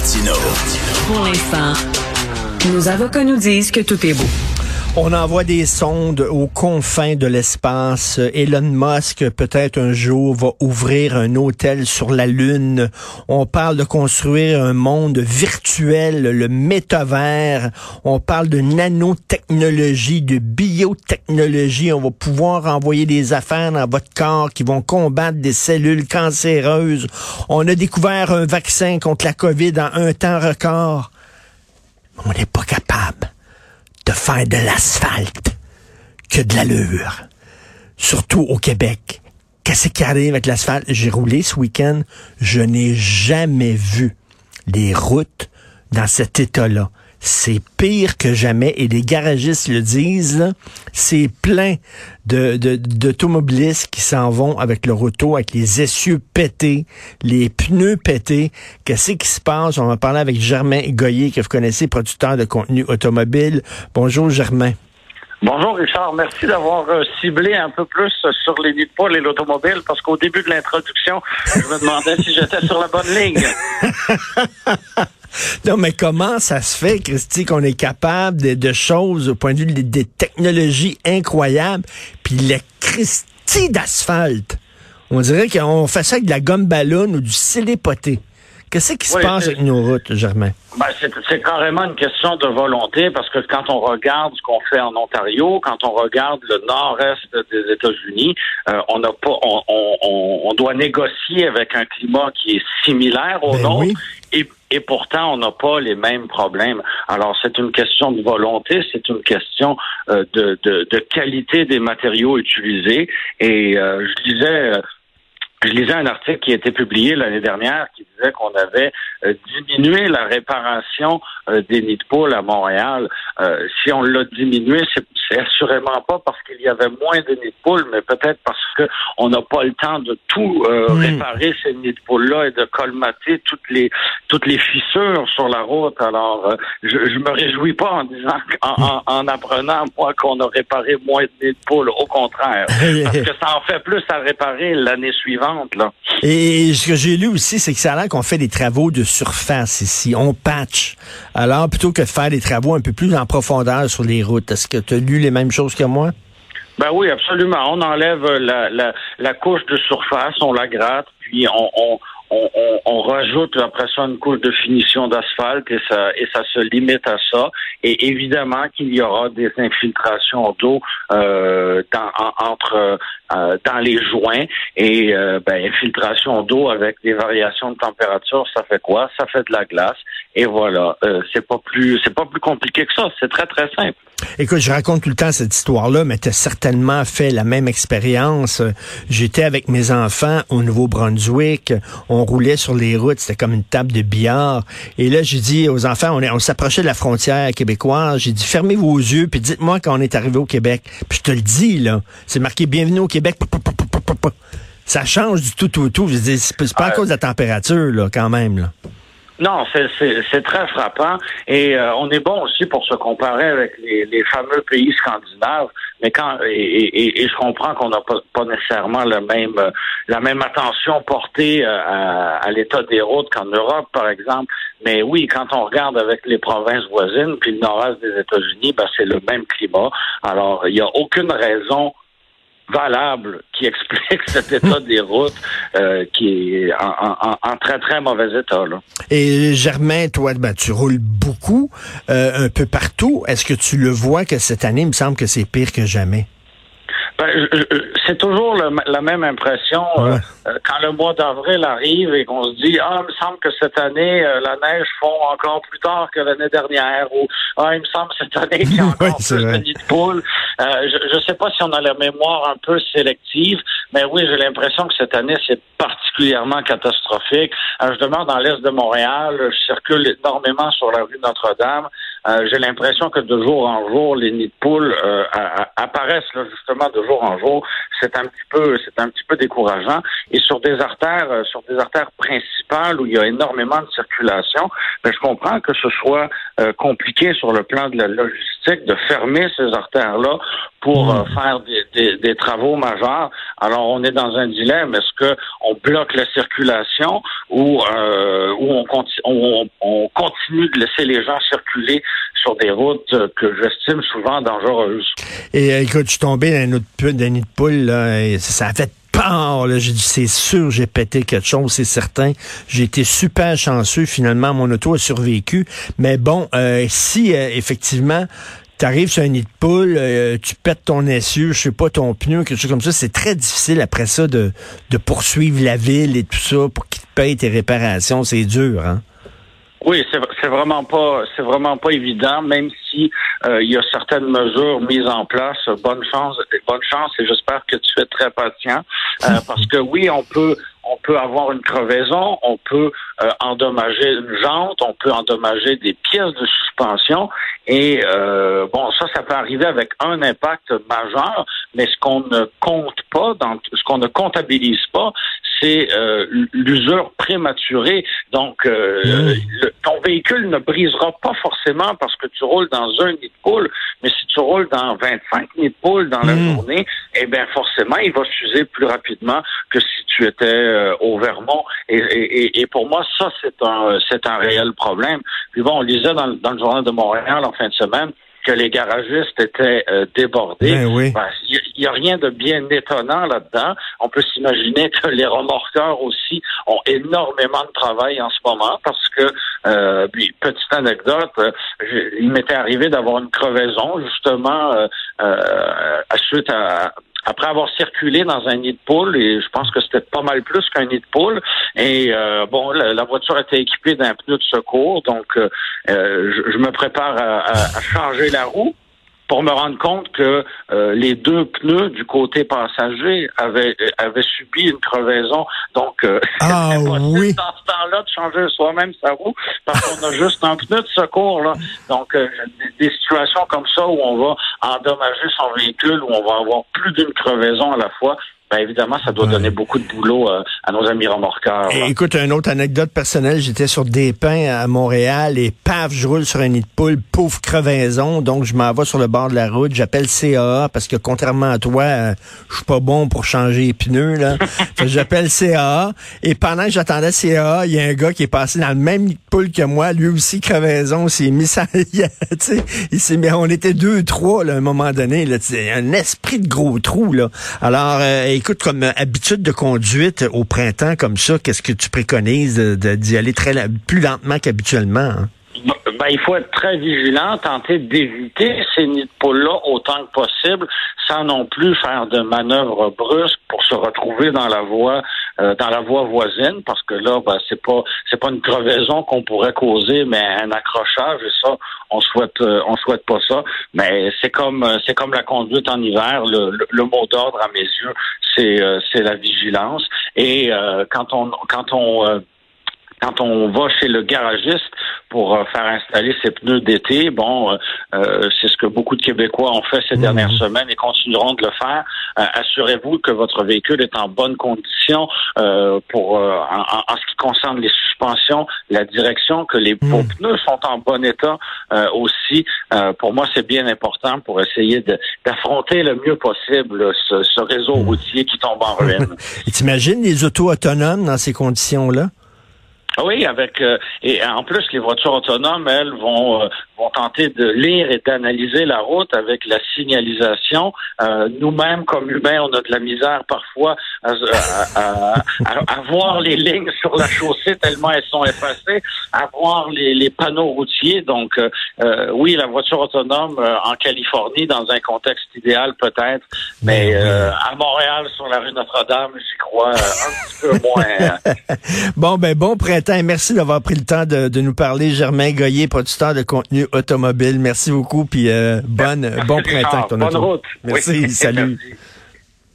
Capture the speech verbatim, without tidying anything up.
Martineau. Pour l'instant, nos avocats nous disent que tout est beau. On envoie des sondes aux confins de l'espace. Elon Musk, peut-être un jour, va ouvrir un hôtel sur la Lune. On parle de construire un monde virtuel, le métavers. On parle de nanotechnologie, de biotechnologie. On va pouvoir envoyer des affaires dans votre corps qui vont combattre des cellules cancéreuses. On a découvert un vaccin contre la COVID en un temps record. On n'est pas capable de faire de l'asphalte que de l'allure. Surtout au Québec. Qu'est-ce qui arrive avec l'asphalte? J'ai roulé ce week-end. Je n'ai jamais vu les routes dans cet état-là. C'est pire que jamais. Et les garagistes le disent, là, c'est plein de, de, d'automobilistes qui s'en vont avec leur auto, avec les essieux pétés, les pneus pétés. Qu'est-ce qui se passe? On va parler avec Germain Goyer, que vous connaissez, producteur de contenu automobile. Bonjour, Germain. Bonjour Richard, merci d'avoir euh, ciblé un peu plus sur les nids de poules et l'automobile, parce qu'au début de l'introduction, je me demandais si j'étais sur la bonne ligne. Non, mais comment ça se fait, Christy, qu'on est capable de, de choses au point de vue des, des technologies incroyables, puis le Christy d'asphalte? On dirait qu'on fait ça avec de la gomme ballon ou du célépoté. Qu'est-ce qui se oui, passe avec nos routes, Germain? Ben, c'est, c'est carrément une question de volonté, parce que quand on regarde ce qu'on fait en Ontario, quand on regarde le nord-est des États-Unis, euh, on n'a pas, on, on, on doit négocier avec un climat qui est similaire au ben nôtre, oui. et, et pourtant on n'a pas les mêmes problèmes. Alors c'est une question de volonté, c'est une question euh, de, de, de qualité des matériaux utilisés. Et euh, je disais. Euh, Je lisais un article qui a été publié l'année dernière qui disait qu'on avait euh, diminué la réparation euh, des nids de poules à Montréal. Euh, si on l'a diminué, c'est, c'est assurément pas parce qu'il y avait moins de nids de poules, mais peut-être parce que on n'a pas le temps de tout euh, mmh. réparer ces nids de poules-là et de colmater toutes les toutes les fissures sur la route. Alors, euh, je, je me réjouis pas en disant en, en, en apprenant moi qu'on a réparé moins de nids de poules. Au contraire, parce que ça en fait plus à réparer l'année suivante. Là. Et ce que j'ai lu aussi, c'est que ça a l'air qu'on fait des travaux de surface ici. On patch. Alors, plutôt que de faire des travaux un peu plus en profondeur sur les routes, est-ce que tu as lu les mêmes choses que moi? Ben oui, absolument. On enlève la, la, la couche de surface, on la gratte, puis on, on, on, on, on rajoute après ça une couche de finition d'asphalte et ça, et ça se limite à ça. Et évidemment qu'il y aura des infiltrations d'eau euh, dans, en, entre euh, dans les joints et euh, ben, infiltration d'eau avec des variations de température, ça fait quoi? Ça fait de la glace. Et voilà, euh, c'est pas plus c'est pas plus compliqué que ça. C'est très très simple. Écoute, je raconte tout le temps cette histoire-là, mais tu as certainement fait la même expérience. J'étais avec mes enfants au Nouveau-Brunswick. On roulait sur les routes. C'était comme une table de billard. Et là, j'ai dit aux enfants, on, est, on s'approchait de la frontière québécoise. J'ai dit, fermez vos yeux, puis dites-moi quand on est arrivé au Québec. Puis je te le dis, là, c'est marqué « Bienvenue au Québec ». Ça change du tout, tout, tout. Je dis, c'est pas à cause de la température, là, quand même, là. Non, c'est, c'est, c'est très frappant et euh, on est bon aussi pour se comparer avec les, les fameux pays scandinaves, mais quand et, et, et je comprends qu'on n'a pas, pas nécessairement la même la même attention portée à, à l'état des routes qu'en Europe, par exemple. Mais oui, quand on regarde avec les provinces voisines puis le nord-est des États-Unis, ben c'est le même climat. Alors il n'y a aucune raison valable qui explique cet état des routes euh, qui est en, en, en très, très mauvais état. Là. Et Germain, toi, ben, tu roules beaucoup, euh, un peu partout. Est-ce que tu le vois que cette année, il me semble que c'est pire que jamais? Ben, je, je, c'est toujours le, la même impression ouais. euh, quand le mois d'avril arrive et qu'on se dit « Ah, il me semble que cette année, euh, la neige fond encore plus tard que l'année dernière » ou « Ah, il me semble cette année qu'il y a encore oui, plus de nids de poules. Euh, » Je ne sais pas si on a la mémoire un peu sélective, mais oui, j'ai l'impression que cette année, c'est particulièrement catastrophique. Euh, je demeure dans l'est de Montréal, je circule énormément sur la rue Notre-Dame. Euh, j'ai l'impression que de jour en jour, les nids de poules euh, à, à, apparaissent là, justement de jour en jour. C'est un petit peu, c'est un petit peu décourageant. Et sur des artères, euh, sur des artères principales où il y a énormément de circulation, ben, je comprends que ce soit euh, compliqué sur le plan de la logistique de fermer ces artères-là pour euh, faire des, des, des travaux majeurs. Alors, on est dans un dilemme. Est-ce que on bloque la circulation ou euh, où on, conti- on, on continue de laisser les gens circuler sur des routes que j'estime souvent dangereuses. Et euh, écoute, je suis tombé dans un autre dans un nid de poule, là, et ça a fait peur, là. J'ai dit, c'est sûr, j'ai pété quelque chose, c'est certain. J'ai été super chanceux, finalement, mon auto a survécu. Mais bon, euh, si euh, effectivement t'arrives sur un nid de poule, euh, tu pètes ton essieu, je sais pas, ton pneu, quelque chose comme ça, c'est très difficile après ça de, de poursuivre la ville et tout ça pour qu'ils te payent tes réparations. C'est dur, hein? Oui, c'est, c'est vraiment pas, c'est vraiment pas évident, même si euh, il y a certaines mesures mises en place. Bonne chance, bonne chance, et j'espère que tu es très patient, euh, parce que oui, on peut, on peut avoir une crevaison, on peut euh, endommager une jante, on peut endommager des pièces de suspension, et euh, bon, ça, ça peut arriver avec un impact majeur, mais ce qu'on ne compte pas, dans ce qu'on ne comptabilise pas, c'est euh, l'usure prématurée. Donc, euh, mmh. le, ton véhicule ne brisera pas forcément parce que tu roules dans un nid de poule, mais si tu roules dans vingt-cinq nids de poule dans la mmh. journée, eh bien forcément, il va s'user plus rapidement que si tu étais euh, au Vermont. Et, et, et pour moi, ça, c'est un, c'est un réel problème. Puis bon, on lisait dans, dans le Journal de Montréal en fin de semaine que les garagistes étaient euh, débordés. Ben oui. Ben, il n'y a rien de bien étonnant là-dedans. On peut s'imaginer que les remorqueurs aussi ont énormément de travail en ce moment parce que, euh, puis, petite anecdote, euh, je, il m'était arrivé d'avoir une crevaison justement euh, euh, suite à... après avoir circulé dans un nid de poule, et je pense que c'était pas mal plus qu'un nid de poule, et euh, bon, la, la voiture était équipée d'un pneu de secours, donc euh, je, je me prépare à, à, à changer la roue pour me rendre compte que euh, les deux pneus du côté passager avaient, avaient subi une crevaison. Donc, euh, ah, c'est impossible oui. dans ce temps-là de changer soi-même sa roue parce qu'on a juste un pneu de secours, là. Donc, euh, des, des situations comme ça où on va endommager son véhicule, où on va avoir plus d'une crevaison à la fois, ben évidemment, ça doit ouais. donner beaucoup de boulot euh, à nos amis remorqueurs. Et, écoute, une autre anecdote personnelle, j'étais sur des pins à Montréal et paf, je roule sur un nid de poule, pauvre crevaison, donc je m'en vais sur le bord de la route, j'appelle C A A parce que contrairement à toi, euh, je suis pas bon pour changer les pneus, là. Fait que j'appelle C A A et pendant que j'attendais C A A, il y a un gars qui est passé dans le même nid de poule que moi, lui aussi crevaison, s'est mis ça, tu sais, il s'est mis, on était deux, trois, là, à un moment donné, là, un esprit de gros trou, là. Alors, euh, écoute, comme habitude de conduite au printemps comme ça, qu'est-ce que tu préconises de, de, d'y aller très plus lentement qu'habituellement? Hein? Ben, il faut être très vigilant, tenter d'éviter ces nids de poules-là autant que possible, sans non plus faire de manœuvres brusques pour se retrouver dans la voie euh, dans la voie voisine, parce que là, ben, c'est pas c'est pas une crevaison qu'on pourrait causer, mais un accrochage, et ça, on souhaite euh, on souhaite pas ça. Mais c'est comme c'est comme la conduite en hiver. Le, le, le mot d'ordre à mes yeux, c'est euh, c'est la vigilance. Et euh, quand on quand on euh, Quand on va chez le garagiste pour euh, faire installer ses pneus d'été, bon, euh, euh, c'est ce que beaucoup de Québécois ont fait ces mmh. dernières semaines et continueront de le faire. Euh, assurez-vous que votre véhicule est en bonne condition euh, pour euh, en, en ce qui concerne les suspensions, la direction, que les mmh. pneus sont en bon état euh, aussi. Euh, pour moi, c'est bien important pour essayer de, d'affronter le mieux possible ce, ce réseau mmh. routier qui tombe en ruine. Et t'imagines les autos autonomes dans ces conditions-là? Oui, avec euh, et en plus les voitures autonomes, elles vont euh, vont tenter de lire et d'analyser la route avec la signalisation. Euh, nous-mêmes, comme humains, on a de la misère parfois à, à, à, à voir les lignes sur la chaussée tellement elles sont effacées, à voir les, les panneaux routiers. Donc, euh, oui, la voiture autonome euh, en Californie, dans un contexte idéal peut-être, mais euh, à Montréal, sur la rue Notre-Dame, j'y crois euh, un petit peu moins. Bon, ben bon printemps. Merci d'avoir pris le temps de, de nous parler. Germain Goyer, producteur de contenu automobile. Merci beaucoup, puis euh, bonne, Merci bon printemps avec ton Bonne auto. route. Merci, oui. salut. Merci.